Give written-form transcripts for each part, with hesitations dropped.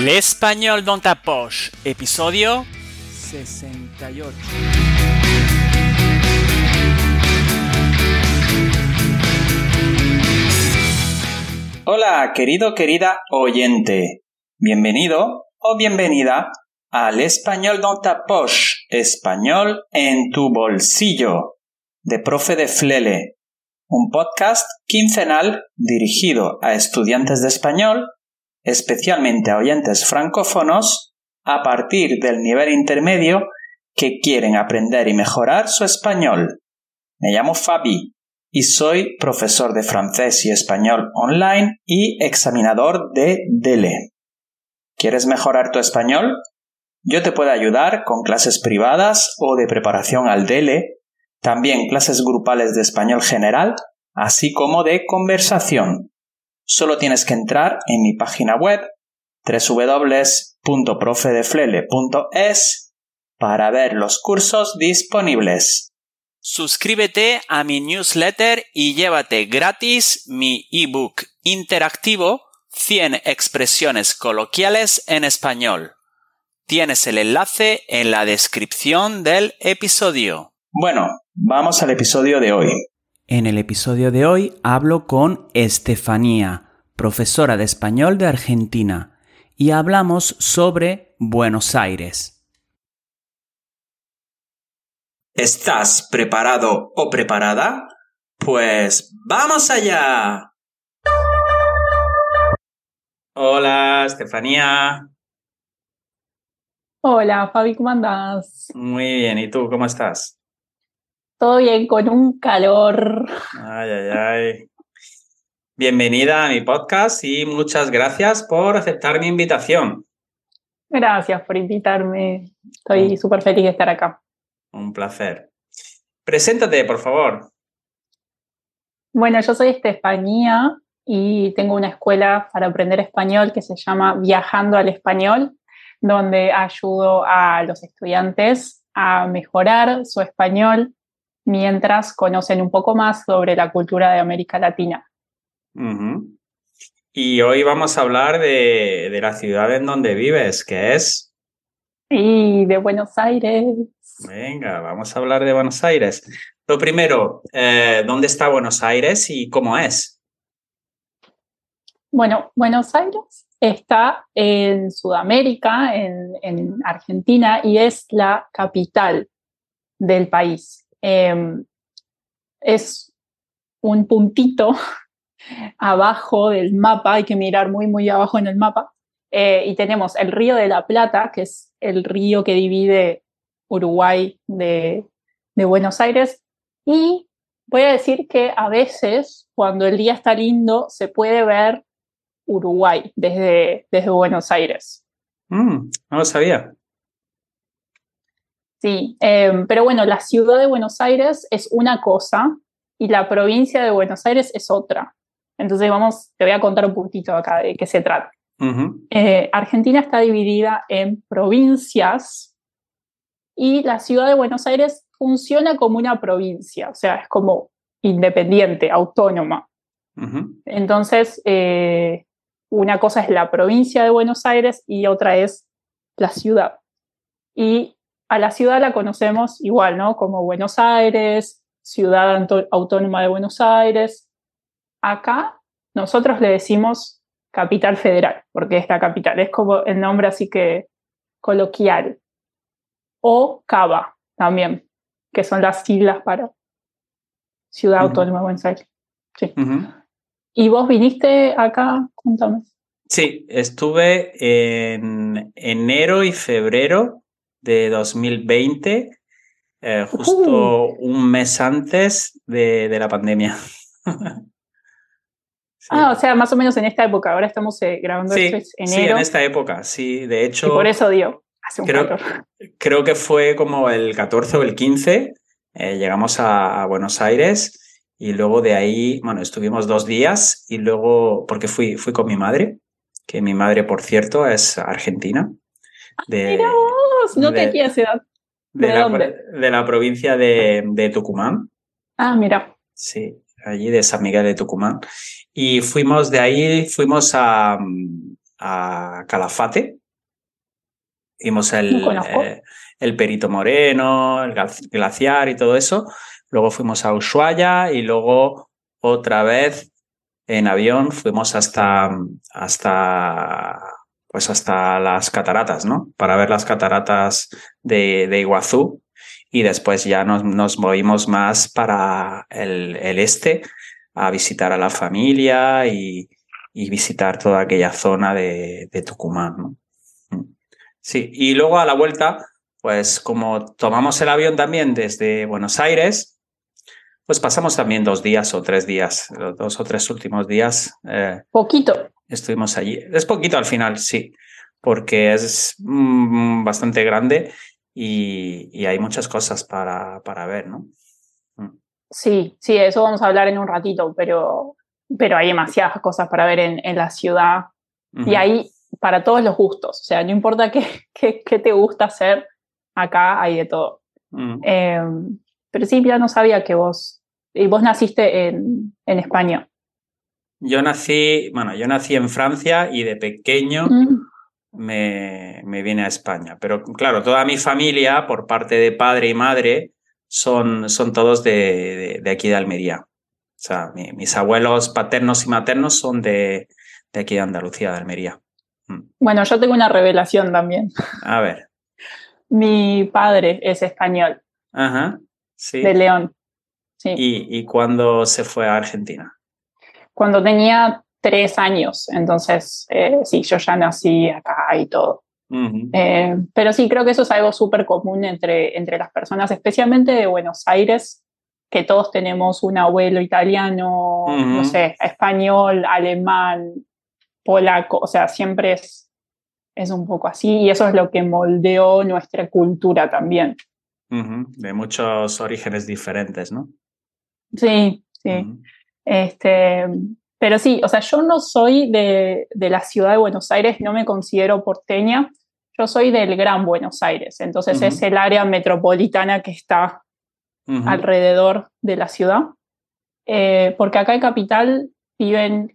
L'Espagnol dans ta poche, episodio 68. Hola, querida oyente. Bienvenido o bienvenida al Español dans ta poche, español en tu bolsillo, de Profe de Flele, un podcast quincenal dirigido a estudiantes de español, especialmente a oyentes francófonos, a partir del nivel intermedio que quieren aprender y mejorar su español. Me llamo Fabi y soy profesor de francés y español online y examinador de DELE. ¿Quieres mejorar tu español? Yo te puedo ayudar con clases privadas o de preparación al DELE, también clases grupales de español general, así como de conversación. Solo tienes que entrar en mi página web www.profedeflele.es para ver los cursos disponibles. Suscríbete a mi newsletter y llévate gratis mi ebook interactivo 100 expresiones coloquiales en español. Tienes el enlace en la descripción del episodio. Bueno, vamos al episodio de hoy. En el episodio de hoy hablo con Estefanía, profesora de español de Argentina, y hablamos sobre Buenos Aires. ¿Estás preparado o preparada? Pues ¡vamos allá! Hola, Estefanía. Hola, Fabi, ¿cómo andás? Muy bien, ¿y tú cómo estás? Todo bien, con un calor. Ay. Bienvenida a mi podcast y muchas gracias por aceptar mi invitación. Gracias por invitarme. Estoy súper feliz de estar acá. Un placer. Preséntate, por favor. Bueno, yo soy Estefanía y tengo una escuela para aprender español que se llama Viajando al Español, donde ayudo a los estudiantes a mejorar su español mientras conocen un poco más sobre la cultura de América Latina. Uh-huh. Y hoy vamos a hablar de la ciudad en donde vives, que es... Y de Buenos Aires. Venga, vamos a hablar de Buenos Aires. Lo primero, ¿dónde está Buenos Aires y cómo es? Bueno, Buenos Aires está en Sudamérica, en Argentina, y es la capital del país. Es un puntito abajo del mapa, hay que mirar muy, muy abajo en el mapa, y tenemos el Río de la Plata, que es el río que divide Uruguay de Buenos Aires, y voy a decir que a veces, cuando el día está lindo, se puede ver Uruguay desde Buenos Aires. No lo sabía. Sí, pero bueno, la ciudad de Buenos Aires es una cosa y la provincia de Buenos Aires es otra. Entonces te voy a contar un poquito acá de qué se trata. Uh-huh. Argentina está dividida en provincias y la ciudad de Buenos Aires funciona como una provincia, o sea, es como independiente, autónoma. Uh-huh. Entonces, una cosa es la provincia de Buenos Aires y otra es la ciudad. Y a la ciudad la conocemos igual, ¿no? Como Buenos Aires, Ciudad Autónoma de Buenos Aires. Acá nosotros le decimos Capital Federal, porque es la capital, es como el nombre así que coloquial. O CABA también, que son las siglas para Ciudad Autónoma de Buenos Aires. Sí. Uh-huh. ¿Y vos viniste acá? Cuéntame. Sí, estuve en enero y febrero de 2020, justo un mes antes de la pandemia. Sí. O sea, más o menos en esta época. Ahora estamos grabando esto es enero. Sí, en esta época, sí. De hecho, y por eso hace un calor. Creo que fue como el 14 o el 15, llegamos a Buenos Aires y luego de ahí, bueno, estuvimos 2 días y luego, porque fui con mi madre, que mi madre, por cierto, es argentina. ¡Mira vos! No tenía esa edad. ¿De dónde? De la provincia de Tucumán. Ah, mira. Sí, allí de San Miguel de Tucumán. Y fuimos de ahí, fuimos a a Calafate. Vimos No conozco. el Perito Moreno, el glaciar y todo eso. Luego fuimos a Ushuaia y luego otra vez en avión fuimos hasta las cataratas, ¿no? Para ver las cataratas de Iguazú. Y después ya nos movimos más para el este a visitar a la familia y visitar toda aquella zona de Tucumán, ¿no? Sí, y luego a la vuelta, pues como tomamos el avión también desde Buenos Aires, pues pasamos también 2 días o 3 días, los 2 o 3 últimos días. Poquito. Estuvimos allí. Es poquito al final, sí, porque es bastante grande y hay muchas cosas para ver, ¿no? Sí, sí, de eso vamos a hablar en un ratito, pero hay demasiadas cosas para ver en la ciudad. Y hay para todos los gustos. O sea, no importa qué te gusta hacer, acá hay de todo. Pero sí, ya no sabía que vos naciste en España. Yo nací en Francia y de pequeño me vine a España. Pero claro, toda mi familia, por parte de padre y madre, son todos de aquí de Almería. O sea, mis abuelos paternos y maternos son de aquí de Andalucía, de Almería. Bueno, yo tengo una revelación también. A ver. Mi padre es español. Ajá, sí. De León. Sí. ¿Y cuándo se fue a Argentina? Cuando tenía 3 años. Entonces, sí, yo ya nací acá y todo. Pero sí, creo que eso es algo súper común entre las personas, especialmente de Buenos Aires, que todos tenemos un abuelo italiano, no sé, español, alemán, polaco, o sea, siempre es un poco así, y eso es lo que moldeó nuestra cultura también. De muchos orígenes diferentes, ¿no? Sí, sí. Pero sí, o sea, yo no soy de la ciudad de Buenos Aires, no me considero porteña, yo soy del Gran Buenos Aires, entonces es el área metropolitana que está alrededor de la ciudad, porque acá en Capital viven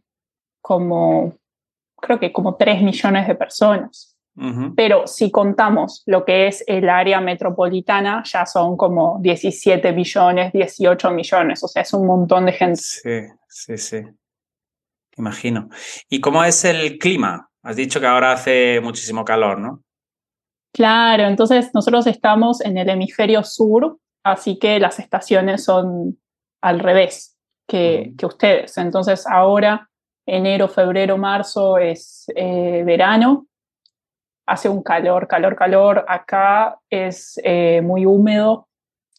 creo que como 3 millones de personas. Pero si contamos lo que es el área metropolitana, ya son como 17 millones, 18 millones, o sea, es un montón de gente. Sí. Imagino. ¿Y cómo es el clima? Has dicho que ahora hace muchísimo calor, ¿no? Claro, entonces nosotros estamos en el hemisferio sur, así que las estaciones son al revés que ustedes. Entonces ahora, enero, febrero, marzo es verano. Hace un calor. Acá es muy húmedo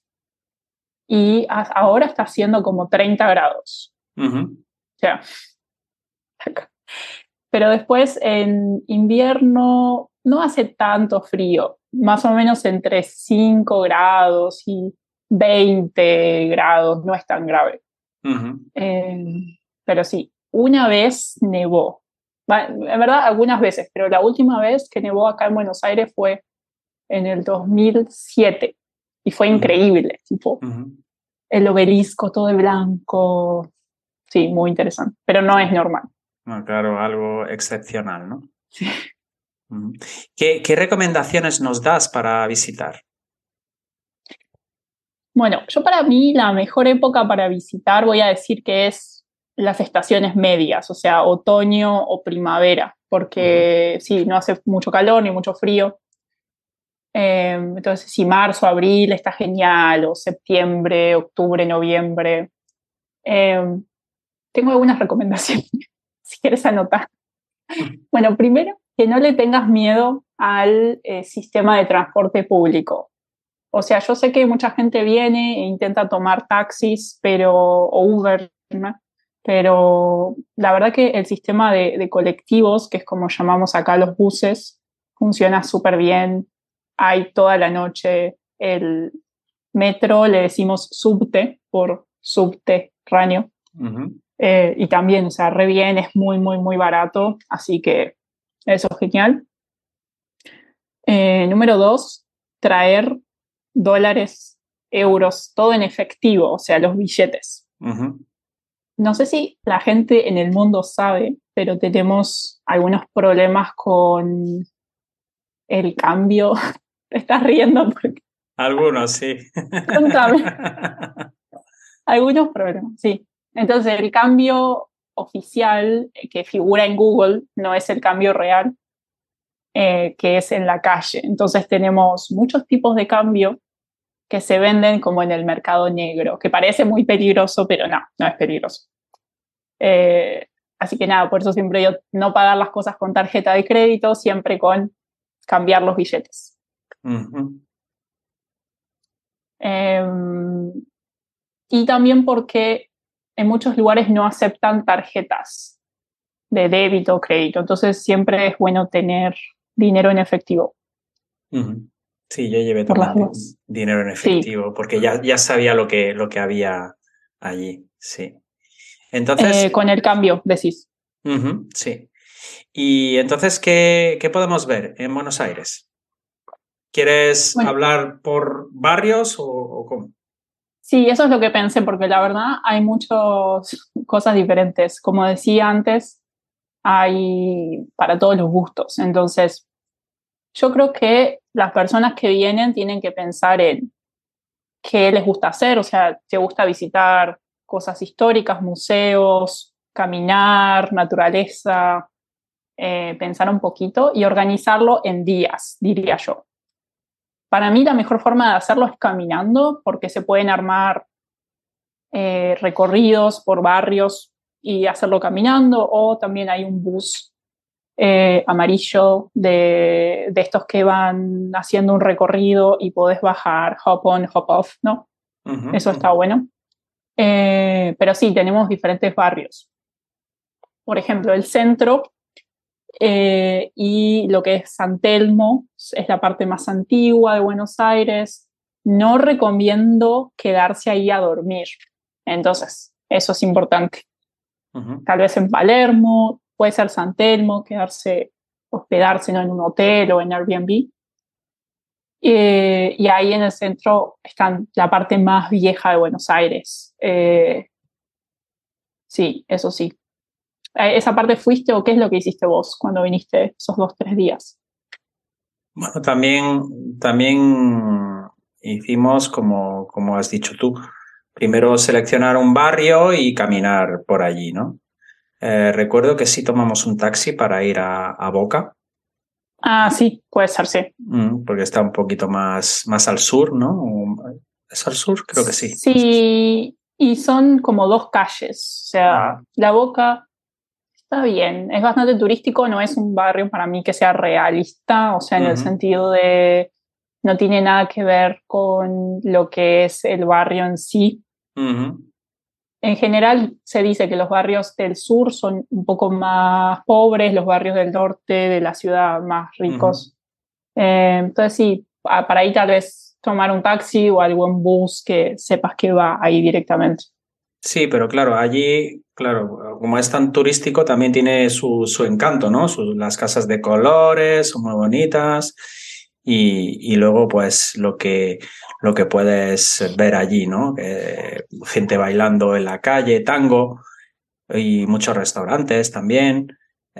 y ahora está haciendo como 30 grados. O sea, acá. Pero después en invierno no hace tanto frío, más o menos entre 5 grados y 20 grados, no es tan grave. Pero sí, una vez nevó. En verdad, algunas veces, pero la última vez que nevó acá en Buenos Aires fue en el 2007 y fue increíble, tipo el obelisco todo de blanco, sí, muy interesante, pero no es normal. No, claro, algo excepcional, ¿no? Sí. ¿Qué recomendaciones nos das para visitar? Bueno, yo para mí la mejor época para visitar voy a decir que es las estaciones medias, o sea, otoño o primavera, porque sí, no hace mucho calor ni mucho frío. Entonces, sí, marzo, abril está genial, o septiembre, octubre, noviembre. Tengo algunas recomendaciones, si quieres anotar. Bueno, primero, que no le tengas miedo al sistema de transporte público. O sea, yo sé que mucha gente viene e intenta tomar taxis o Uber, ¿no? Pero la verdad que el sistema de colectivos, que es como llamamos acá los buses, funciona súper bien. Hay toda la noche el metro, le decimos subte por subterráneo. Y también, o sea, re bien, es muy, muy, muy barato, así que eso es genial. Número 2, traer dólares, euros, todo en efectivo, o sea, los billetes. No sé si la gente en el mundo sabe, pero tenemos algunos problemas con el cambio. Te estás riendo porque... Algunos, sí. Contame. Algunos problemas, sí. Entonces, el cambio oficial que figura en Google no es el cambio real, que es en la calle. Entonces, tenemos muchos tipos de cambio que se venden como en el mercado negro, que parece muy peligroso, pero no es peligroso. Así que nada, por eso siempre yo no pagar las cosas con tarjeta de crédito, siempre con cambiar los billetes. Uh-huh. Y también porque en muchos lugares no aceptan tarjetas de débito o crédito, entonces siempre es bueno tener dinero en efectivo. Uh-huh. Sí, yo llevé Por las también dos. dinero en efectivo, sí, porque ya sabía lo que había allí, sí. Entonces, con el cambio, decís. Uh-huh, sí. Y entonces, ¿qué podemos ver en Buenos Aires? ¿Quieres hablar por barrios o cómo? Sí, eso es lo que pensé, porque la verdad hay muchas cosas diferentes. Como decía antes, hay para todos los gustos. Entonces, yo creo que las personas que vienen tienen que pensar en qué les gusta hacer, o sea, te gusta visitar cosas históricas, museos, caminar, naturaleza, pensar un poquito y organizarlo en días, diría yo. Para mí la mejor forma de hacerlo es caminando, porque se pueden armar recorridos por barrios y hacerlo caminando, o también hay un bus amarillo de estos que van haciendo un recorrido y podés bajar, hop on, hop off, ¿no? Uh-huh, eso está bueno. Pero sí, tenemos diferentes barrios. Por ejemplo, el centro y lo que es San Telmo es la parte más antigua de Buenos Aires. No recomiendo quedarse ahí a dormir. Entonces, eso es importante. Uh-huh. Tal vez en Palermo, puede ser San Telmo, hospedarse, ¿no?, en un hotel o en Airbnb. Y ahí en el centro está la parte más vieja de Buenos Aires. Sí, eso sí. ¿Esa parte fuiste o qué es lo que hiciste vos cuando viniste esos 2-3 días? Bueno, también hicimos como has dicho tú. Primero seleccionar un barrio y caminar por allí, ¿no? Recuerdo que sí tomamos un taxi para ir a Boca. Ah, sí, puede ser, sí. Porque está un poquito más al sur, ¿no? ¿Es al sur? Creo que sí. Sí, y son como 2 calles. O sea, La Boca está bien, es bastante turístico, no es un barrio para mí que sea realista, o sea, en el sentido de no tiene nada que ver con lo que es el barrio en sí. En general se dice que los barrios del sur son un poco más pobres, los barrios del norte de la ciudad más ricos. Entonces sí, para ahí tal vez tomar un taxi o algún bus que sepas que va ahí directamente. Sí, pero claro, allí, claro, como es tan turístico, también tiene su encanto, ¿no? Las casas de colores son muy bonitas y luego pues lo que puedes ver allí, ¿no? Gente bailando en la calle, tango y muchos restaurantes también,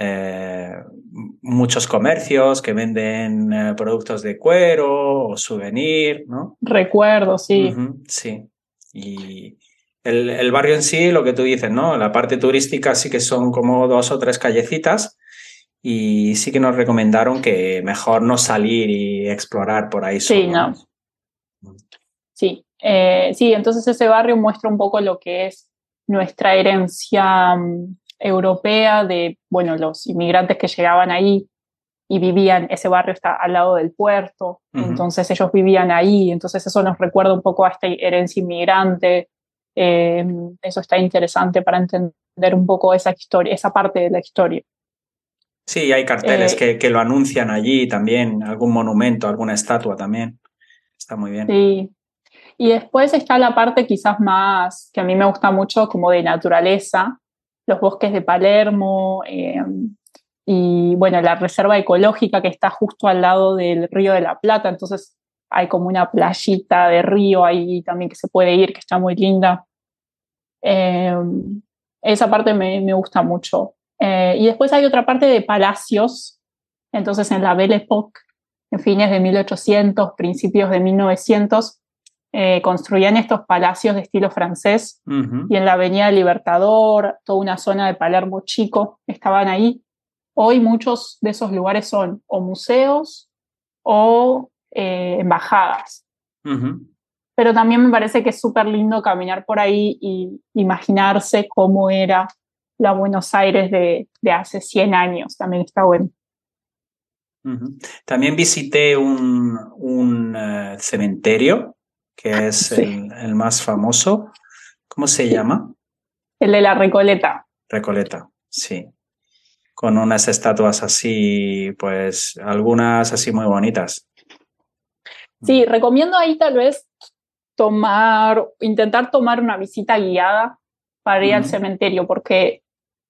muchos comercios que venden productos de cuero o souvenir, ¿no? Recuerdo, sí. Sí, y el barrio en sí, lo que tú dices, ¿no? La parte turística sí que son como 2 o 3 callecitas y sí que nos recomendaron que mejor no salir y explorar por ahí solo. Sí, no. Sí, sí, entonces ese barrio muestra un poco lo que es nuestra herencia europea de, bueno, los inmigrantes que llegaban ahí y vivían, ese barrio está al lado del puerto, entonces ellos vivían ahí, entonces eso nos recuerda un poco a esta herencia inmigrante. Eso está interesante para entender un poco esa historia, esa parte de la historia. Sí, hay carteles que lo anuncian allí también, algún monumento, alguna estatua también. Está muy bien. Sí. Y después está la parte quizás más, que a mí me gusta mucho, como de naturaleza, los bosques de Palermo, y bueno, la reserva ecológica que está justo al lado del Río de la Plata, entonces hay como una playita de río ahí también que se puede ir, que está muy linda. Esa parte me gusta mucho. Y después hay otra parte de palacios. Entonces en la Belle Époque, en fines de 1800, principios de 1900, construían estos palacios de estilo francés. Ujú. Y en la Avenida Libertador, toda una zona de Palermo chico, estaban ahí. Hoy muchos de esos lugares son o museos o embajadas. Ujú. Pero también me parece que es súper lindo caminar por ahí y imaginarse cómo era la Buenos Aires de hace 100 años. También está bueno. Ujú. También visité un cementerio, que es Sí, el más famoso. ¿Cómo se sí. llama? El de la Recoleta. Recoleta, sí. Con unas estatuas así, pues algunas así muy bonitas. Sí, recomiendo ahí tal vez intentar tomar una visita guiada para ir al Ujú. cementerio, porque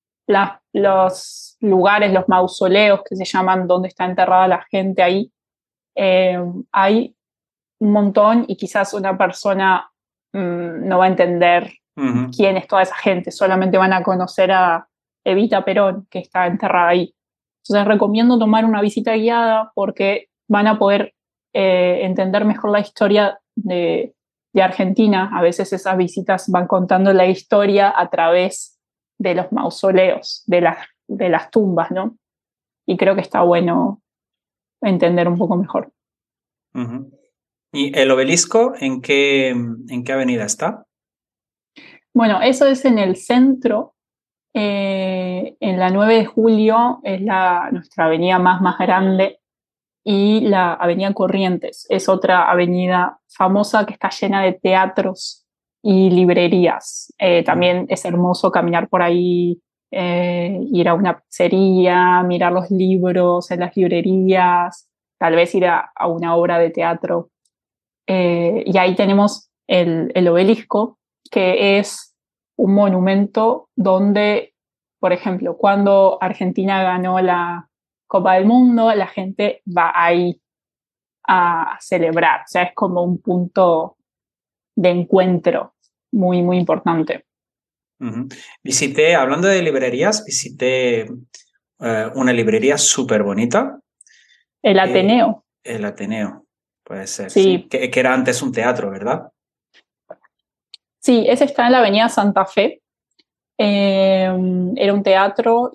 los lugares, los mausoleos que se llaman donde está enterrada la gente ahí, hay un montón y quizás una persona no va a entender Ujú. quién es toda esa gente, solamente van a conocer a Evita Perón, que está enterrada ahí. Entonces recomiendo tomar una visita guiada porque van a poder entender mejor la historia de Argentina. A veces esas visitas van contando la historia a través de los mausoleos, de las tumbas, ¿no? Y creo que está bueno entender un poco mejor. Ujú. ¿Y el obelisco en qué avenida está? Bueno, eso es en el centro. En la 9 de julio es nuestra avenida más grande y la avenida Corrientes es otra avenida famosa que está llena de teatros y librerías. También es hermoso caminar por ahí, ir a una pizzería, mirar los libros en las librerías, tal vez ir a una obra de teatro. Y ahí tenemos el obelisco, que es un monumento donde, por ejemplo, cuando Argentina ganó la Copa del Mundo, la gente va ahí a celebrar. O sea, es como un punto de encuentro muy importante. Ujú. Visité, hablando de librerías, visité una librería súper bonita, El Ateneo, el Ateneo, puede ser, sí, sí, que era antes un teatro, ¿verdad? sí, ese está en la Avenida Santa Fe. Era un teatro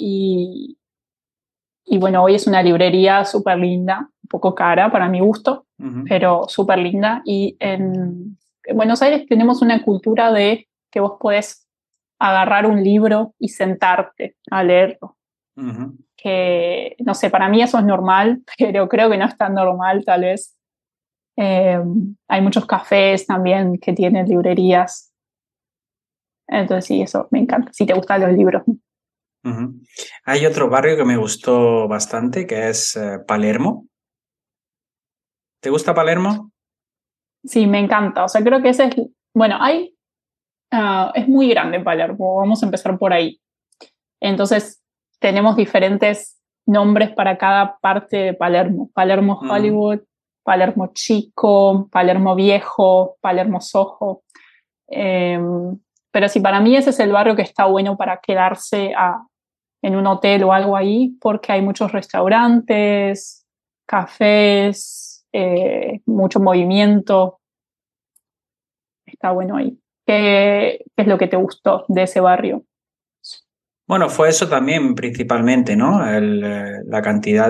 y bueno, hoy es una librería súper linda, un poco cara para mi gusto, Ujú. pero súper linda. Y en Buenos Aires tenemos una cultura de que vos podés agarrar un libro y sentarte a leerlo. Ujú. Que, no sé, para mí eso es normal, pero creo que no es tan normal tal vez. Eh, Hay muchos cafés también que tienen librerías. Entonces sí, eso me encanta, si te gustan los libros. Ujú. Hay otro barrio que me gustó bastante, que es Palermo. ¿Te gusta Palermo? Sí, me encanta. O sea, creo que ese es, bueno, es muy grande Palermo, vamos a empezar por ahí. Entonces, tenemos diferentes nombres para cada parte de Palermo. Palermo Ujú. Hollywood, Palermo Chico, Palermo Viejo, Palermo Soho. Eh, pero sí, para mí ese es el barrio que está bueno para quedarse en un hotel o algo ahí, porque hay muchos restaurantes, cafés, mucho movimiento. Está bueno ahí. ¿Qué es lo que te gustó de ese barrio? Bueno, fue eso también principalmente, ¿no? La cantidad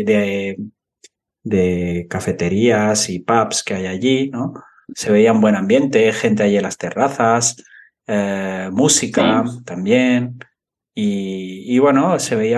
de cafeterías y pubs que hay allí, ¿no? Se veía un buen ambiente, gente allí en las terrazas, música Sí, también. Y bueno, se veía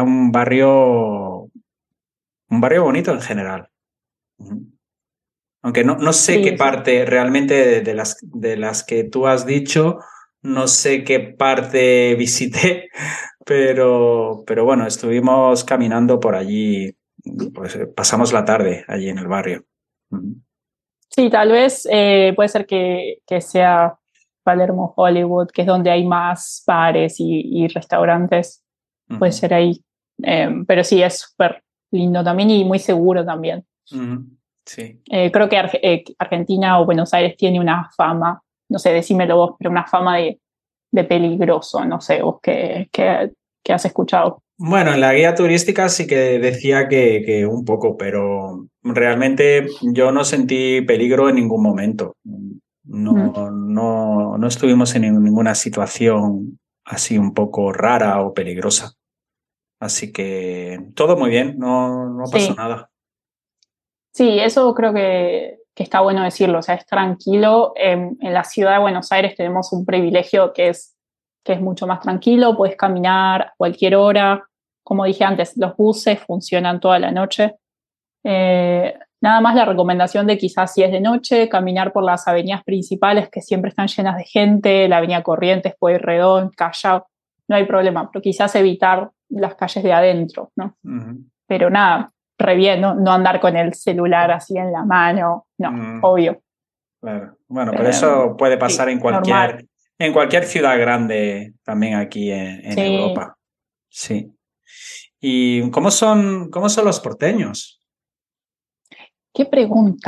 un barrio bonito en general. Ujú. Aunque no sé qué sí, sí. parte realmente de las que tú has dicho, no sé qué parte visité, pero bueno, estuvimos caminando por allí, pues pasamos la tarde allí en el barrio. Ujú. Sí, tal vez puede ser que sea Palermo Hollywood, que es donde hay más bares y restaurantes. Puede Ujú. ser ahí. Pero sí, es súper lindo también y muy seguro también. Ujú. Sí. Creo que Argentina o Buenos Aires tiene una fama, no sé, decímelo vos, pero una fama de peligroso, no sé, vos que has escuchado. Bueno, en la guía turística sí que decía que un poco, pero realmente yo no sentí peligro en ningún momento. Mm. No estuvimos en ninguna situación así un poco rara o peligrosa. Así que todo muy bien, no pasó Sí, nada. sí, eso creo que está bueno decirlo, o sea, es tranquilo. En la ciudad de Buenos Aires tenemos un privilegio que es mucho más tranquilo, puedes caminar a cualquier hora. Como dije antes, los buses funcionan toda la noche. Nada más la recomendación de quizás si es de noche, caminar por las avenidas principales que siempre están llenas de gente, la avenida Corrientes, Pueyrredón, Callao, no hay problema, pero quizás evitar las calles de adentro, ¿no? Ujú. Pero nada, re bien, ¿no? No andar con el celular así en la mano, no, Mm, obvio. claro. Bueno, pero Eh, eso puede pasar sí, normal. en cualquier ciudad grande, también aquí en Sí. Europa. Sí. ¿Y cómo son los porteños? ¿Qué pregunta?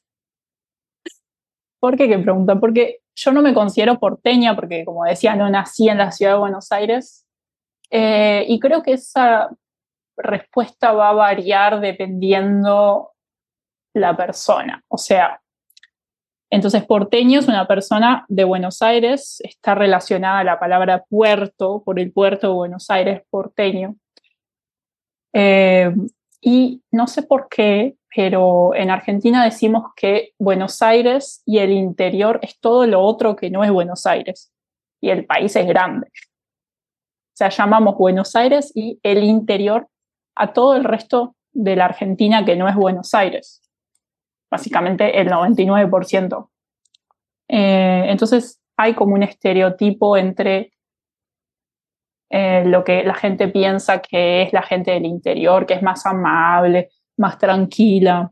¿Por qué pregunta? Porque yo no me considero porteña, porque como decía, no nací en la ciudad de Buenos Aires. Y creo que esa respuesta va a variar dependiendo la persona. O sea, entonces porteño es una persona de Buenos Aires, está relacionada a la palabra puerto, por el puerto de Buenos Aires, porteño. Eh, y no sé por qué, pero en Argentina decimos que Buenos Aires y el interior es todo lo otro que no es Buenos Aires. Y el país es grande. O sea, llamamos Buenos Aires y el interior a todo el resto de la Argentina que no es Buenos Aires. Básicamente el 99%. Entonces hay como un estereotipo entre lo que la gente piensa que es la gente del interior, que es más amable, más tranquila.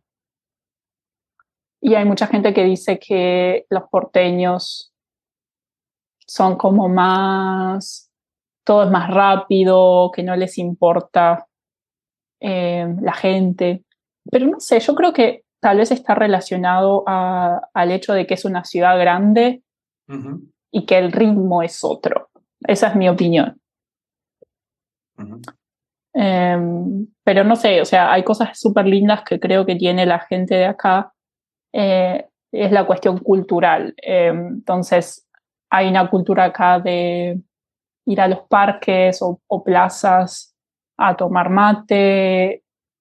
Y hay mucha gente que dice que los porteños son como más, todo es más rápido, que no les importa la gente. Pero no sé, yo creo que tal vez está relacionado al hecho de que es una ciudad grande Ujú, y que el ritmo es otro. Esa es mi opinión. ujú. Eh, pero no sé, o sea, hay cosas súper lindas que creo que tiene la gente de acá. Es la cuestión cultural. Entonces, hay una cultura acá de ir a los parques o plazas a tomar mate,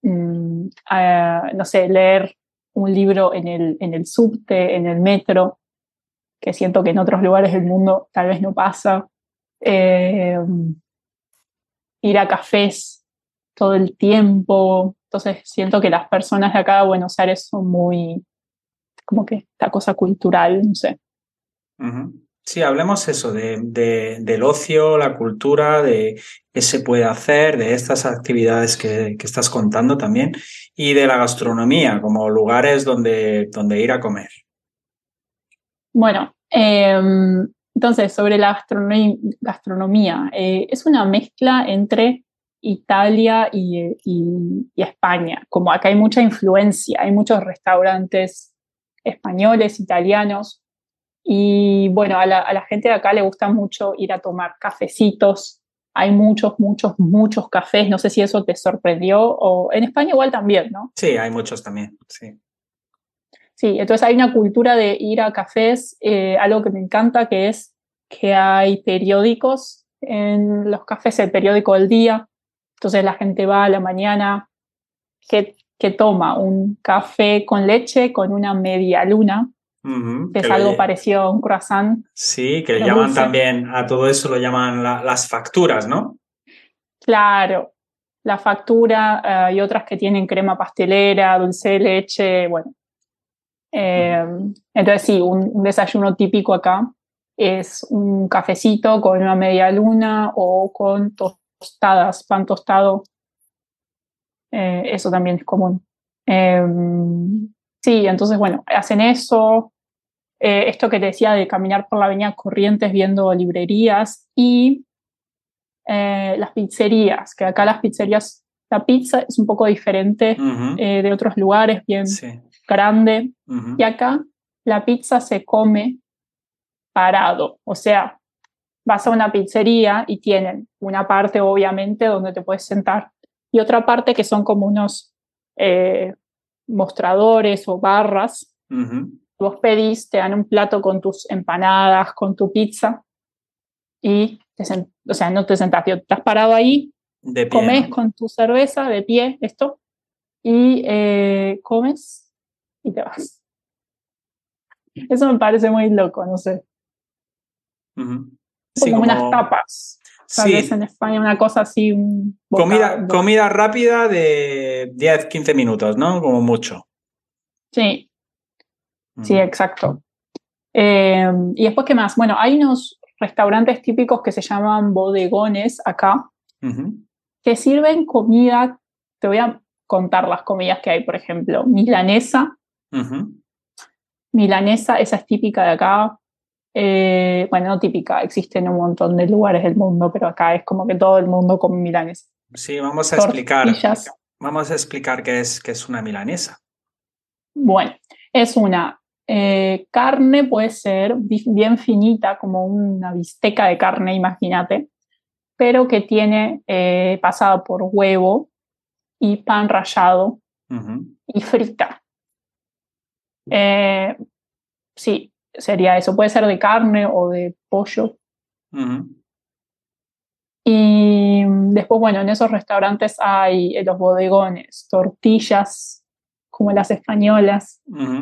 no sé, leer un libro en el subte, en el metro, que siento que en otros lugares del mundo tal vez no pasa. Eh, Ir a cafés todo el tiempo. Entonces siento que las personas de acá de Buenos Aires son muy, como que esta cosa cultural, no sé. Ujú. Sí, hablemos eso, del ocio, la cultura, de qué se puede hacer, de estas actividades que estás contando también, y de la gastronomía, como lugares donde ir a comer. Bueno, entonces sobre la gastronomía, es una mezcla entre Italia y España. Como acá hay mucha influencia, hay muchos restaurantes españoles, italianos. Y bueno, a la gente de acá le gusta mucho ir a tomar cafecitos. Hay muchos cafés. No sé si eso te sorprendió. O en España igual también, ¿no? Sí, hay muchos también, sí. Sí, entonces hay una cultura de ir a cafés. Algo que me encanta que es que hay periódicos en los cafés, el periódico del día. Entonces la gente va a la mañana que toma un café con leche con una media luna, Ujú, que es algo parecido a un croissant, sí, que le pero llaman dulce. también, a todo eso lo llaman las facturas, ¿no? Claro, la factura y otras que tienen crema pastelera, dulce de leche, bueno. Ujú, Eh, entonces sí, un desayuno típico acá es un cafecito con una media luna o con tostadas, pan tostado, eso también es común. Eh, sí, entonces bueno, hacen eso, esto que te decía de caminar por la avenida Corrientes viendo librerías y las pizzerías, que acá las pizzerías, la pizza es un poco diferente ujú, de otros lugares, bien sí. grande, y Ujú, acá la pizza se come parado, o sea, vas a una pizzería y tienen una parte, obviamente, donde te puedes sentar y otra parte que son como unos mostradores o barras. Vos pedís, te dan un plato con tus empanadas, con tu pizza y o sea, no te sentás, tío, estás parado ahí, de pie, comes ¿no? con tu cerveza de pie, esto, y comes y te vas. Eso me parece muy loco, no sé. Sí, como unas tapas. Tal vez en España una cosa así, un comida rápida de 10-15 minutos, ¿no? Como mucho. Sí, sí, exacto. Y después, ¿qué más? Bueno, hay unos restaurantes típicos que se llaman bodegones acá, que sirven comida. Te voy a contar las comidas que hay, por ejemplo, milanesa. Milanesa, esa es típica de acá. Bueno, no típica, existe en un montón de lugares del mundo, pero acá es como que todo el mundo come milanesa. Sí, vamos a explicar qué es una milanesa. Bueno, es una carne, puede ser bien finita, como una bisteca de carne, imagínate, pero que tiene pasada por huevo y pan rallado y frita. Sí, sería eso. Puede ser de carne o de pollo. Y después, bueno, en esos restaurantes hay los bodegones, tortillas como las españolas.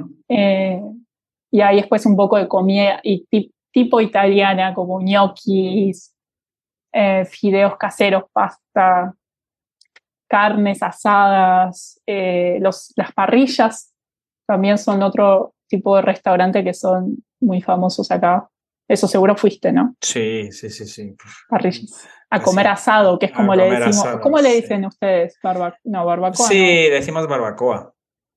Y hay después un poco de comida y tipo italiana, como ñoquis, fideos caseros, pasta, carnes asadas. Las parrillas también son otro tipo de restaurante que son muy famosos acá. Eso seguro fuiste, ¿no? Sí. Parrillas. A comer asado, que es como le decimos. Asado, ¿Cómo le dicen ustedes? Barbacoa. Sí, ¿no? decimos barbacoa.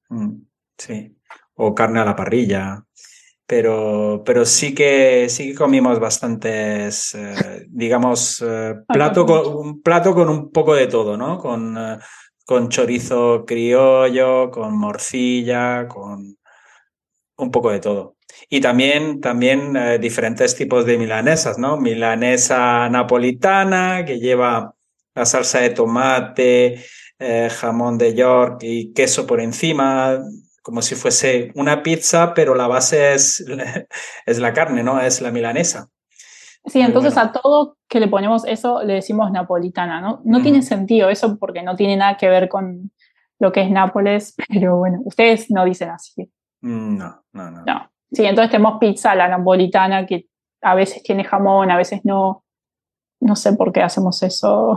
Sí. O carne a la parrilla. Pero sí que comimos bastantes, digamos, un plato con un poco de todo, ¿no? Con chorizo criollo, con morcilla, con un poco de todo. Y también diferentes tipos de milanesas, ¿no? Milanesa napolitana, que lleva la salsa de tomate, jamón de York y queso por encima, como si fuese una pizza, pero la base es la carne, ¿no? Es la milanesa. Sí, muy entonces bueno. A todo que le ponemos eso le decimos napolitana, ¿no? No tiene sentido eso porque no tiene nada que ver con lo que es Nápoles, pero bueno, ustedes no dicen así. No. Sí, entonces tenemos pizza, la napolitana, que a veces tiene jamón, a veces no. No sé por qué hacemos eso.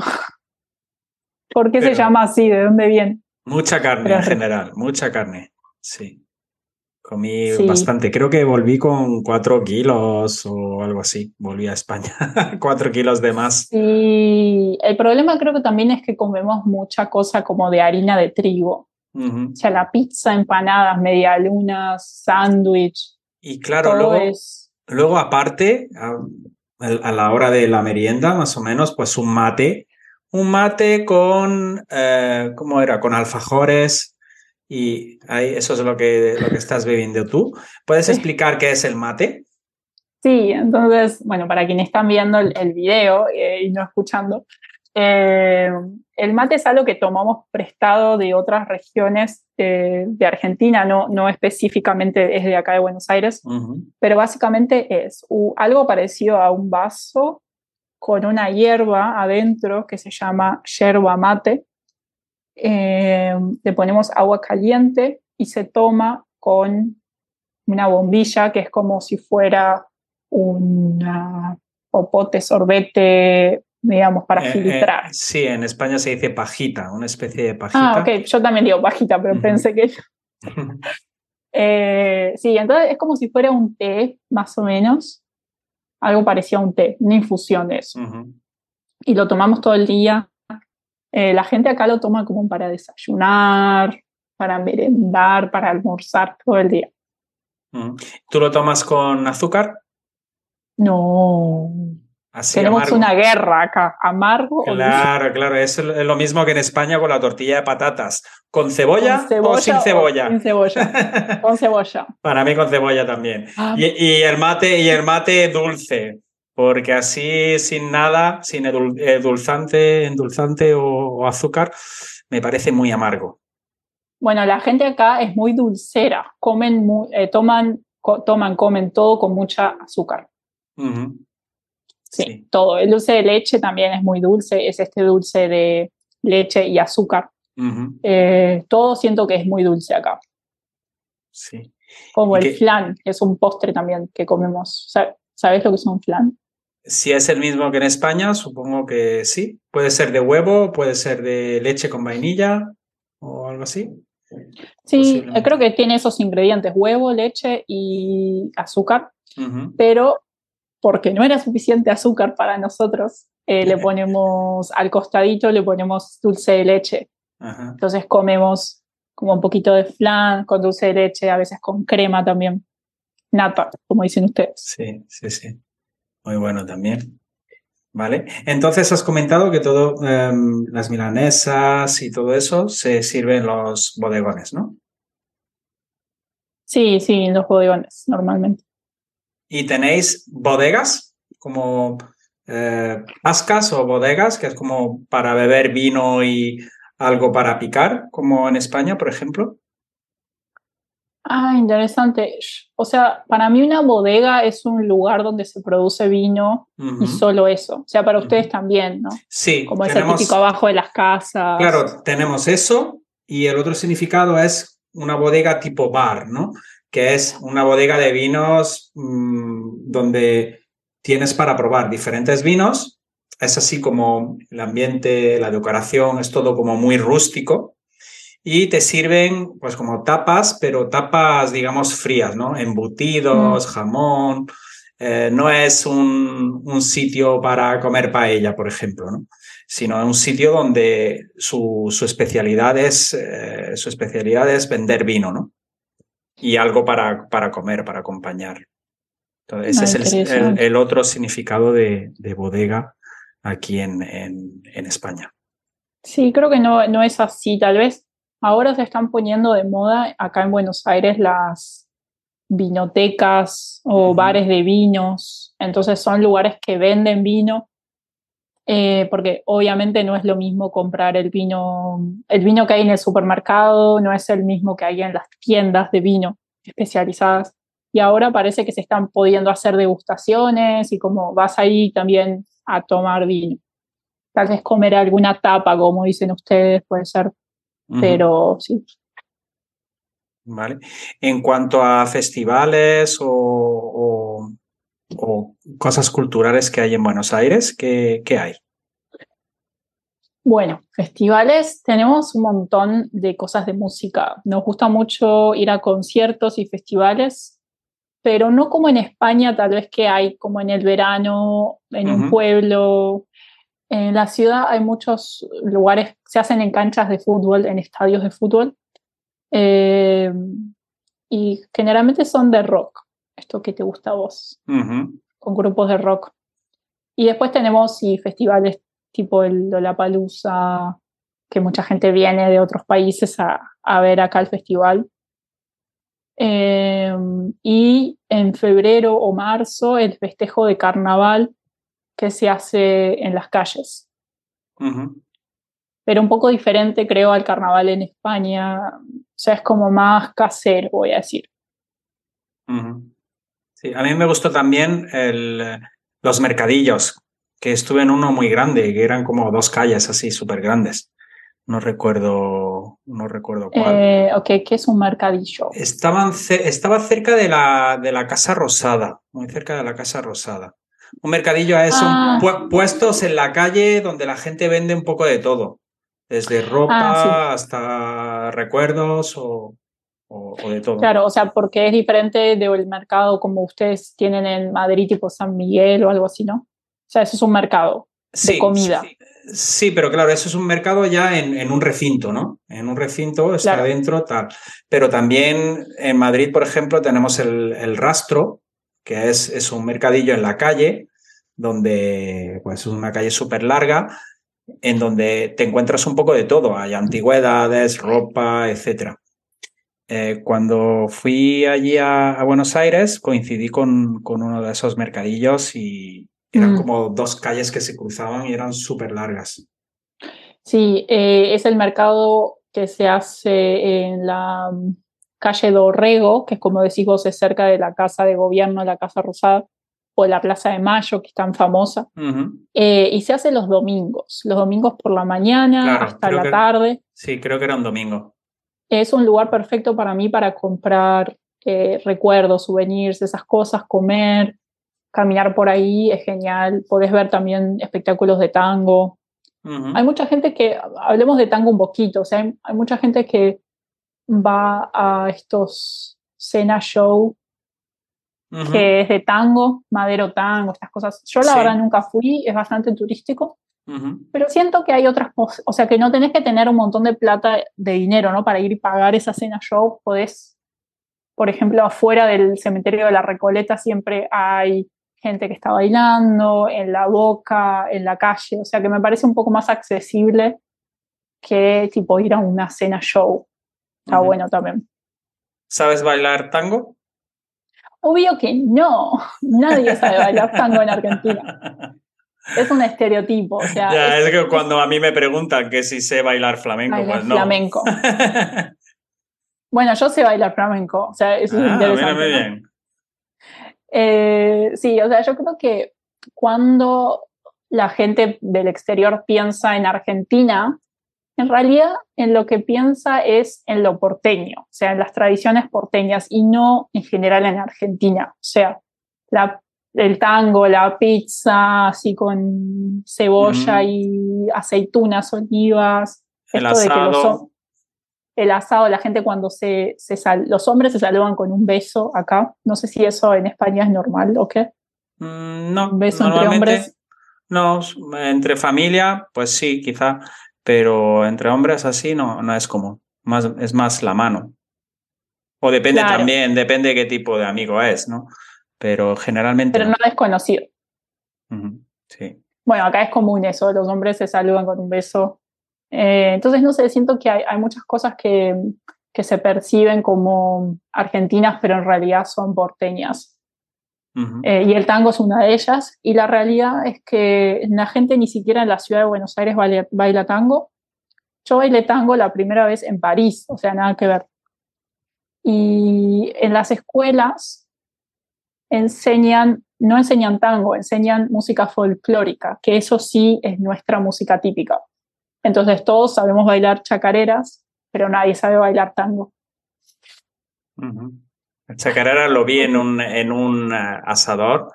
¿Por qué se llama así? ¿De dónde viene? Mucha carne en general, mucha carne, sí. Comí bastante. Creo que volví con 4 kilos o algo así. Volví a España. 4 kilos de más. Sí, el problema creo que también es que comemos mucha cosa como de harina de trigo. O sea, la pizza, empanadas, medialunas, sándwich. Y claro, luego aparte, a la hora de la merienda, más o menos, pues un mate con, ¿cómo era? Con alfajores. Y ahí, eso es lo que estás bebiendo tú. ¿Puedes explicar qué es el mate? Sí, entonces, bueno, para quienes están viendo el video y no escuchando, el mate es algo que tomamos prestado de otras regiones de Argentina, no específicamente es de acá de Buenos Aires, pero básicamente es algo parecido a un vaso con una hierba adentro que se llama yerba mate. Le ponemos agua caliente y se toma con una bombilla que es como si fuera un popote, sorbete, digamos, para filtrar. Sí, en España se dice pajita, una especie de pajita. Ah, ok, yo también digo pajita, pero pensé que... sí, entonces es como si fuera un té, más o menos, algo parecido a un té, una infusión de eso. Y lo tomamos todo el día. La gente acá lo toma como para desayunar, para merendar, para almorzar todo el día. ¿Tú lo tomas con azúcar? No. Así, tenemos amargo. Una guerra acá, amargo. Claro, es lo mismo que en España con la tortilla de patatas. ¿Con cebolla o sin cebolla? Sin cebolla. Con cebolla. Para mí con cebolla también. Y el mate dulce. porque así sin nada, sin endulzante o azúcar, me parece muy amargo. Bueno, la gente acá es muy dulcera, comen todo con mucha azúcar. Uh-huh. Sí, todo. El dulce de leche también es muy dulce, es este dulce de leche y azúcar. Uh-huh. Todo siento que es muy dulce acá. Sí. Como el flan, que es un postre también que comemos. ¿Sabes lo que es un flan? Si es el mismo que en España, supongo que sí. Puede ser de huevo, puede ser de leche con vainilla o algo así. Sí, creo que tiene esos ingredientes, huevo, leche y azúcar, pero porque no era suficiente azúcar para nosotros, le ponemos al costadito, le ponemos dulce de leche. Ajá. Entonces comemos como un poquito de flan con dulce de leche, a veces con crema también, nata, como dicen ustedes. Sí, sí, sí. Muy bueno también. Vale. Entonces has comentado que todo, las milanesas y todo eso se sirve en los bodegones, ¿no? Sí, sí, en los bodegones, normalmente. ¿Y tenéis bodegas como ascas o bodegas, que es como para beber vino y algo para picar, como en España, por ejemplo? Ah, interesante. O sea, para mí una bodega es un lugar donde se produce vino y solo eso. O sea, para ustedes también, ¿no? Sí, como ese típico abajo de las casas. Claro, tenemos eso y el otro significado es una bodega tipo bar, ¿no? Que es una bodega de vinos donde tienes para probar diferentes vinos. Es así como el ambiente, la decoración, es todo como muy rústico. Y te sirven pues como tapas, pero tapas, digamos, frías, ¿no? Embutidos, jamón. No es un sitio para comer paella, por ejemplo, ¿no? Sino un sitio donde su especialidad es vender vino, ¿no? Y algo para comer, para acompañar. Entonces, ese es el otro significado de bodega aquí en España. Sí, creo que no es así. Tal vez ahora se están poniendo de moda acá en Buenos Aires las vinotecas o bares de vinos. Entonces son lugares que venden vino, porque obviamente no es lo mismo comprar el vino que hay en el supermercado, no es el mismo que hay en las tiendas de vino especializadas. Y ahora parece que se están pudiendo hacer degustaciones y como vas ahí también a tomar vino. Tal vez comer alguna tapa, como dicen ustedes, puede ser, pero sí. Vale. En cuanto a festivales o cosas culturales que hay en Buenos Aires, ¿qué hay? Bueno, festivales, tenemos un montón de cosas de música. Nos gusta mucho ir a conciertos y festivales, pero no como en España, tal vez que hay como en el verano, en un pueblo. En la ciudad hay muchos lugares, se hacen en canchas de fútbol, en estadios de fútbol, y generalmente son de rock, esto que te gusta a vos, con grupos de rock. Y después tenemos festivales tipo el Lollapalooza, que mucha gente viene de otros países a ver acá el festival. Y en febrero o marzo el festejo de carnaval que se hace en las calles. Pero un poco diferente, creo, al carnaval en España. O sea, es como más casero, voy a decir. Sí, a mí me gustó también los mercadillos, que estuve en uno muy grande, que eran como 2 calles así, súper grandes. No recuerdo cuál. Ok, ¿qué es un mercadillo? Estaba cerca de la Casa Rosada, muy cerca de la Casa Rosada. Un mercadillo son puestos en la calle donde la gente vende un poco de todo, desde ropa hasta recuerdos o de todo. Claro, o sea, porque es diferente del mercado como ustedes tienen en Madrid, tipo San Miguel o algo así, ¿no? O sea, eso es un mercado de comida. Sí, pero claro, eso es un mercado ya en un recinto, ¿no? En un recinto está dentro tal. Pero también en Madrid, por ejemplo, tenemos el Rastro, que es un mercadillo en la calle, donde pues es una calle súper larga, en donde te encuentras un poco de todo. Hay antigüedades, ropa, etcétera. Cuando fui allí a Buenos Aires, coincidí con uno de esos mercadillos y eran como dos calles que se cruzaban y eran súper largas. Sí, es el mercado que se hace en la calle Dorrego, que como decís vos es cerca de la Casa de Gobierno, la Casa Rosada, o la Plaza de Mayo, que es tan famosa. Y se hace los domingos por la mañana, claro, hasta la tarde. Sí, creo que era un domingo. Es un lugar perfecto para mí para comprar recuerdos, souvenirs, esas cosas, comer, caminar por ahí, es genial. Podés ver también espectáculos de tango. Hay mucha gente que, hablemos de tango un poquito, o sea, hay mucha gente que va a estos cena show que es de tango, Madero Tango, estas cosas. Yo la verdad nunca fui, es bastante turístico, pero siento que hay otras cosas, o sea, que no tenés que tener un montón de plata, de dinero, ¿no? Para ir y pagar esa cena show. Podés, por ejemplo, afuera del cementerio de la Recoleta siempre hay gente que está bailando, en la Boca, en la calle, o sea que me parece un poco más accesible que tipo ir a una cena show. Está bueno también. ¿Sabes bailar tango? Obvio que no, nadie sabe bailar tango en Argentina. Es un estereotipo, o sea... Ya, es que cuando a mí me preguntan que si sé bailar flamenco, pues no. Flamenco. Bueno, yo sé bailar flamenco, o sea, eso es interesante. Mira, muy bien. Sí, o sea, yo creo que cuando la gente del exterior piensa en Argentina, en realidad en lo que piensa es en lo porteño, o sea, en las tradiciones porteñas y no en general en Argentina. O sea, el tango, la pizza, así con cebolla y aceitunas, olivas. El esto asado. De que el asado, la gente cuando los hombres se saludan con un beso acá. No sé si eso en España es normal o qué. No, un beso normalmente entre hombres. No, entre familia, pues sí, quizá, pero entre hombres así no es común. Es más la mano. O depende también, depende de qué tipo de amigo es, ¿no? Pero generalmente no es conocido. Sí. Bueno, acá es común eso, los hombres se saludan con un beso. Entonces, no sé, siento que hay muchas cosas que se perciben como argentinas, pero en realidad son porteñas. Y el tango es una de ellas. Y la realidad es que la gente ni siquiera en la ciudad de Buenos Aires baila tango. Yo bailé tango la primera vez en París, o sea, nada que ver. Y en las escuelas no enseñan tango, enseñan música folclórica, que eso sí es nuestra música típica. Entonces todos sabemos bailar chacareras, pero nadie sabe bailar tango. El chacarera lo vi en un asador.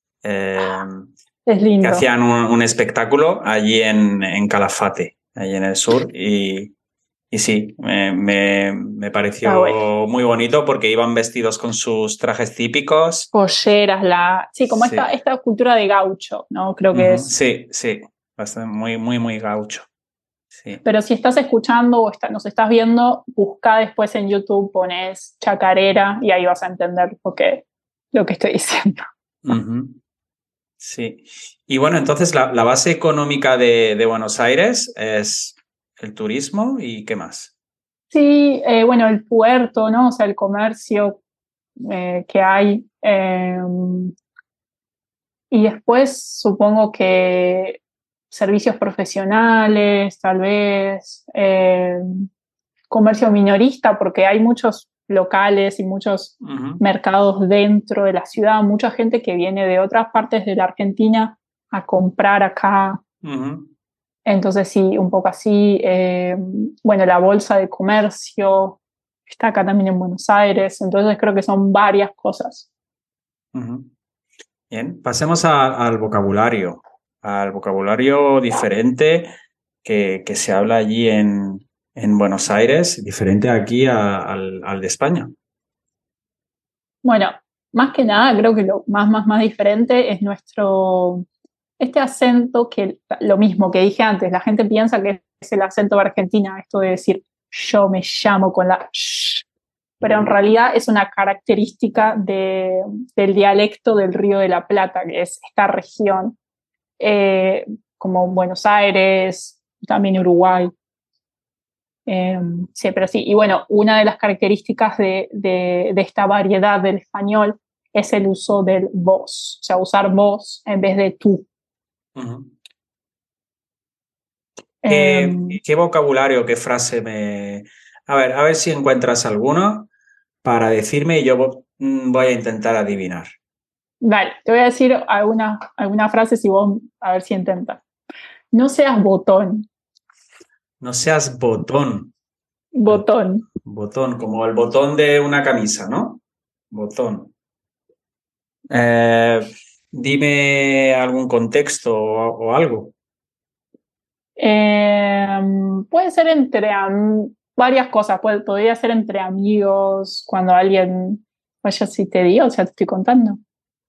Es lindo. Que hacían un espectáculo allí en Calafate, allí en el sur, y sí, me pareció muy bonito porque iban vestidos con sus trajes típicos. Polleras, como esta cultura de gaucho, ¿no? Creo que es. Sí, bastante, muy gaucho. Sí. Pero si estás escuchando o nos estás viendo, busca después en YouTube, pones chacarera y ahí vas a entender lo que estoy diciendo. Sí. Y bueno, entonces la base económica de Buenos Aires es el turismo y ¿qué más? Sí, bueno, el puerto, ¿no? O sea, el comercio que hay. Y después supongo que servicios profesionales, tal vez, comercio minorista, porque hay muchos locales y muchos mercados dentro de la ciudad, mucha gente que viene de otras partes de la Argentina a comprar acá. Entonces sí, un poco así. Bueno, la bolsa de comercio está acá también en Buenos Aires, entonces creo que son varias cosas. Bien, pasemos al vocabulario diferente que se habla allí en Buenos Aires, diferente aquí al de España. Bueno, más que nada creo que lo más diferente es este acento, que lo mismo que dije antes, la gente piensa que es el acento de Argentina, esto de decir yo me llamo con la sh, pero en realidad es una característica del dialecto del Río de la Plata, que es esta región, como Buenos Aires, también Uruguay. Sí, pero sí. Y bueno, una de las características de esta variedad del español es el uso del vos, o sea, usar vos en vez de tú. Uh-huh. ¿Qué vocabulario, qué frase me...? A ver si encuentras alguno para decirme y yo voy a intentar adivinar. Vale, te voy a decir alguna frase si vos, a ver si intentas. No seas botón. No seas botón. Botón. Botón, como el botón de una camisa, ¿no? Botón. Dime algún contexto o algo. Puede ser entre varias cosas. Podría ser entre amigos, cuando alguien... Vaya, si te digo, o sea, te estoy contando.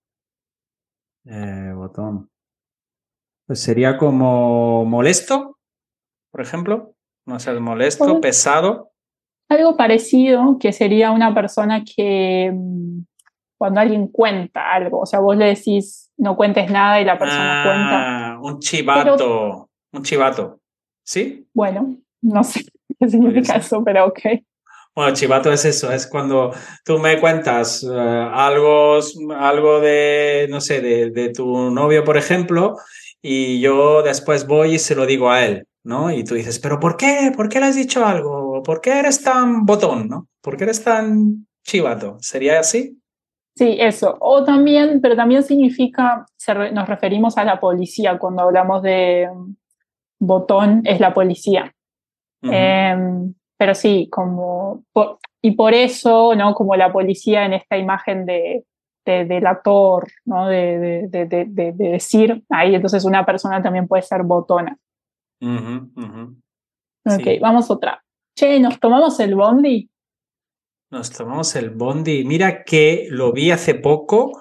Botón. Pues sería como molesto, por ejemplo. No seas molesto, pesado. Algo parecido, que sería una persona que cuando alguien cuenta algo, o sea, vos le decís no cuentes nada y la persona cuenta. Un chivato. Un chivato. ¿Sí? Bueno, no sé qué significa eso, pero ok. Bueno, chivato es eso, es cuando tú me cuentas algo de, no sé, de tu novio, por ejemplo, y yo después voy y se lo digo a él, ¿no? Y tú dices, ¿pero por qué? ¿Por qué le has dicho algo? ¿Por qué eres tan botón, no? ¿Por qué eres tan chivato? ¿Sería así? Sí, eso. O también, pero también significa, nos referimos a la policía cuando hablamos de botón, es la policía. Uh-huh. Pero sí, y por eso, ¿no? Como la policía en esta imagen del actor, ¿no? De decir, ahí entonces una persona también puede ser botona. Uh-huh, uh-huh. Ok, sí. Vamos otra. Che, ¿nos tomamos el bondi? Nos tomamos el bondi. Mira que lo vi hace poco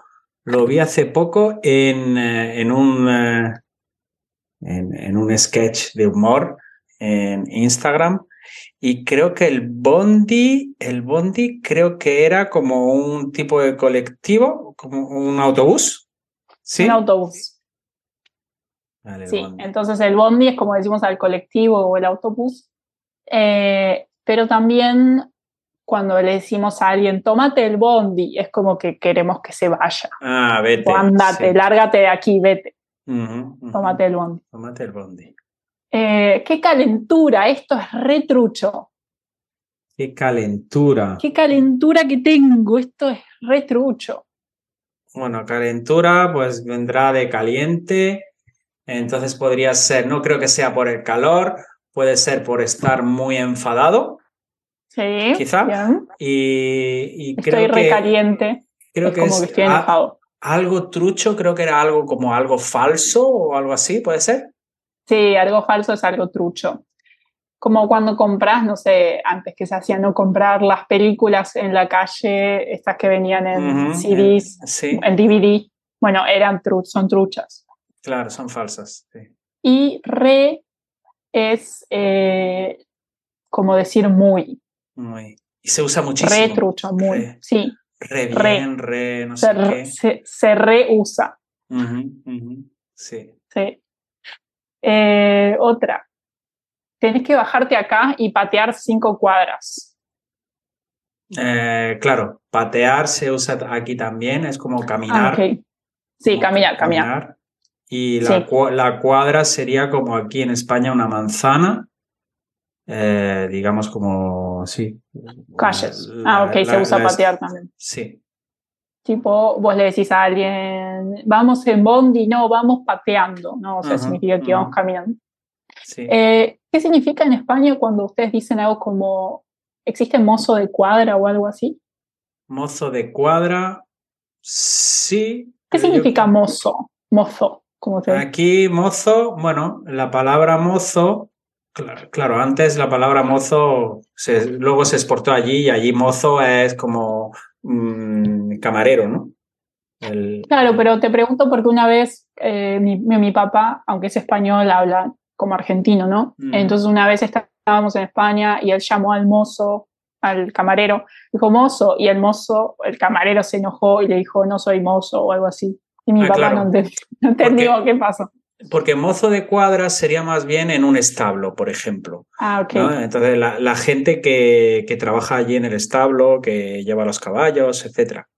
en un sketch de humor en Instagram. Y creo que el bondi creo que era como un tipo de colectivo, como un autobús. ¿Sí? Un autobús. Vale, sí, entonces el bondi es como decimos al colectivo o el autobús, pero también cuando le decimos a alguien, tómate el bondi, es como que queremos que se vaya. Vete. O andate, sí. Lárgate de aquí, vete. Uh-huh, uh-huh. Tómate el bondi. Tómate el bondi. Qué calentura, esto es retrucho. Qué calentura. Qué calentura que tengo, esto es retrucho. Bueno, calentura pues vendrá de caliente, entonces podría ser, no creo que sea por el calor, puede ser por estar muy enfadado. Sí, quizá. Bien. Y estoy recaliente. Creo que como que estoy enojado. Algo trucho, creo que era algo como algo falso o algo así, ¿puede ser? Sí, algo falso es algo trucho. Como cuando compras, no sé, antes que se hacían no comprar las películas en la calle, estas que venían en CDs, sí. en DVD. Bueno, son truchas. Claro, son falsas. Sí. Y re es como decir muy. Muy. Y se usa muchísimo. Re trucho, muy. Sí. Re bien, re no sé qué. Se reusa. Sí. Sí. Otra. Tenés que bajarte acá y patear 5 cuadras. Claro, patear se usa aquí también, es como caminar. Okay. Sí, caminar. Y la cuadra sería como aquí en España una manzana, digamos como, sí. Calles. Se usa patear también. Sí. Tipo, vos le decís a alguien, vamos en bondi, no, vamos pateando, ¿no? O sea, significa que vamos caminando. Sí. ¿Qué significa en España cuando ustedes dicen algo como, ¿existe mozo de cuadra o algo así? Mozo de cuadra, sí. ¿Qué significa mozo? Mozo, ¿cómo te Aquí mozo, bueno, la palabra mozo, claro, antes la palabra mozo luego se exportó allí y allí mozo es como camarero, ¿no? Claro, pero te pregunto porque una vez mi papá, aunque es español, habla como argentino, ¿no? Entonces una vez estábamos en España y él llamó al mozo, al camarero, dijo mozo, y el camarero se enojó y le dijo no soy mozo o algo así. Y mi papá no entendió qué pasó. Porque mozo de cuadra sería más bien en un establo, por ejemplo. Ok. ¿No? Entonces la gente que trabaja allí en el establo, que lleva los caballos, etcétera.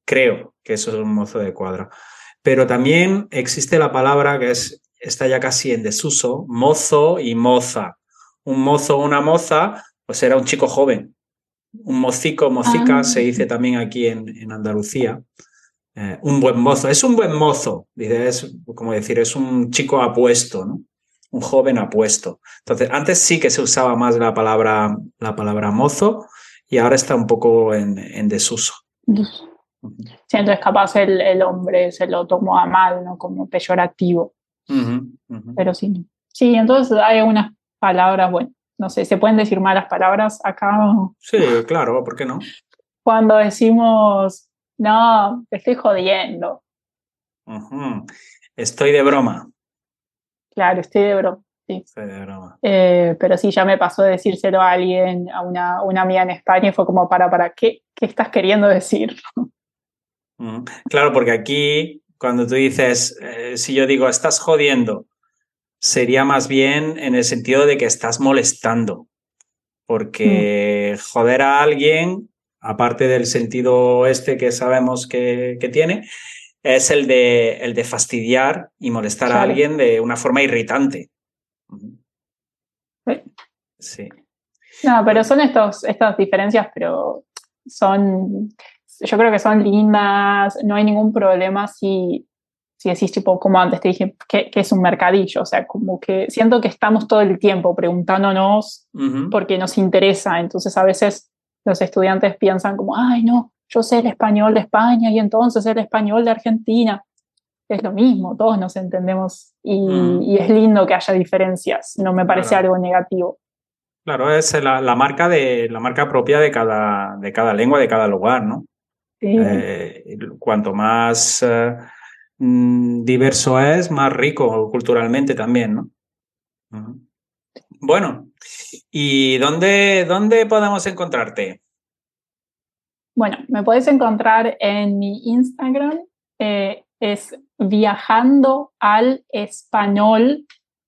Creo que eso es un mozo de cuadra. Pero también existe la palabra que está ya casi en desuso, mozo y moza. Un mozo o una moza, pues era un chico joven. Un mocico, mocica, se dice también aquí en Andalucía. Un buen mozo. Es un buen mozo, dice, es como decir, es un chico apuesto, ¿no? Un joven apuesto. Entonces, antes sí que se usaba más la palabra mozo y ahora está un poco en desuso. Sí, entonces capaz el hombre se lo tomó a mal, ¿no? Como peyorativo. Pero sí. Sí, entonces hay algunas palabras, bueno, no sé, ¿se pueden decir malas palabras acá? Sí, claro, ¿por qué no? Cuando decimos, no, te estoy jodiendo. Estoy de broma. Claro, estoy de broma. Sí. Estoy de broma. Pero sí, ya me pasó de decírselo a alguien, a una amiga en España, y fue como, ¿qué estás queriendo decir? Claro, porque aquí, cuando tú dices, si yo digo, estás jodiendo, sería más bien en el sentido de que estás molestando. Porque joder a alguien, aparte del sentido que sabemos que tiene, es el de fastidiar y molestar a alguien de una forma irritante. Sí. No, pero son estas diferencias, pero yo creo que son lindas, no hay ningún problema si decís, tipo, como antes te dije, que es un mercadillo, o sea, como que siento que estamos todo el tiempo preguntándonos porque nos interesa, entonces a veces los estudiantes piensan como, ay, no, yo sé el español de España y entonces el español de Argentina. Es lo mismo, todos nos entendemos y es lindo que haya diferencias, no me parece algo negativo. Claro, es la marca propia de cada lengua, de cada lugar, ¿no? Sí. Cuanto más diverso es, más rico culturalmente también, ¿no? Bueno, ¿y dónde podemos encontrarte? Bueno, me podés encontrar en mi Instagram, es Viajando al Español.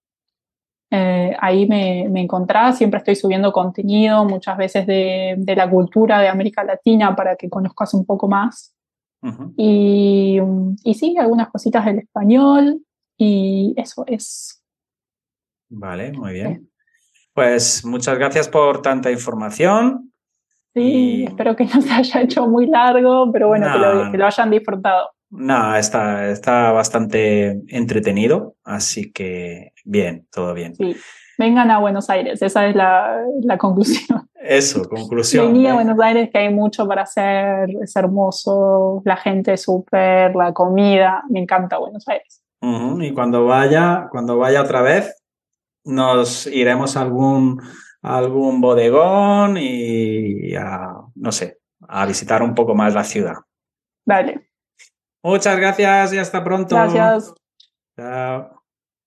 Ahí me encontrás, siempre estoy subiendo contenido, muchas veces de la cultura de América Latina para que conozcas un poco más. Y sí, algunas cositas del español y eso es. Vale, muy bien. Pues muchas gracias por tanta información. Sí, espero que no se haya hecho muy largo, pero bueno, que lo hayan disfrutado. No, está bastante entretenido, así que bien, todo bien. Sí, vengan a Buenos Aires, esa es la conclusión. Eso, conclusión. Vení a Buenos Aires, que hay mucho para hacer, es hermoso, la gente es súper, la comida, me encanta Buenos Aires. Y cuando vaya otra vez, nos iremos a algún bodegón y no sé, a visitar un poco más la ciudad. Dale. Muchas gracias y hasta pronto. Gracias. Chao.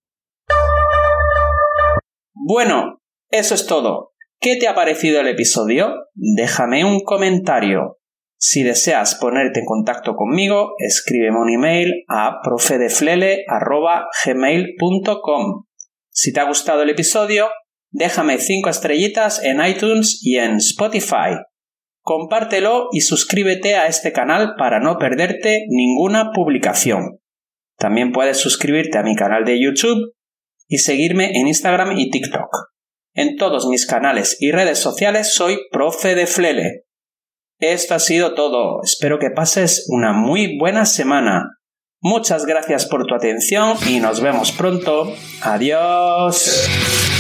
Bueno, eso es todo. ¿Qué te ha parecido el episodio? Déjame un comentario. Si deseas ponerte en contacto conmigo, escríbeme un email a profedeflele@gmail.com. Si te ha gustado el episodio, déjame 5 estrellitas en iTunes y en Spotify. Compártelo y suscríbete a este canal para no perderte ninguna publicación. También puedes suscribirte a mi canal de YouTube y seguirme en Instagram y TikTok. En todos mis canales y redes sociales soy Profe de Flele. Esto ha sido todo. Espero que pases una muy buena semana. Muchas gracias por tu atención y nos vemos pronto. Adiós.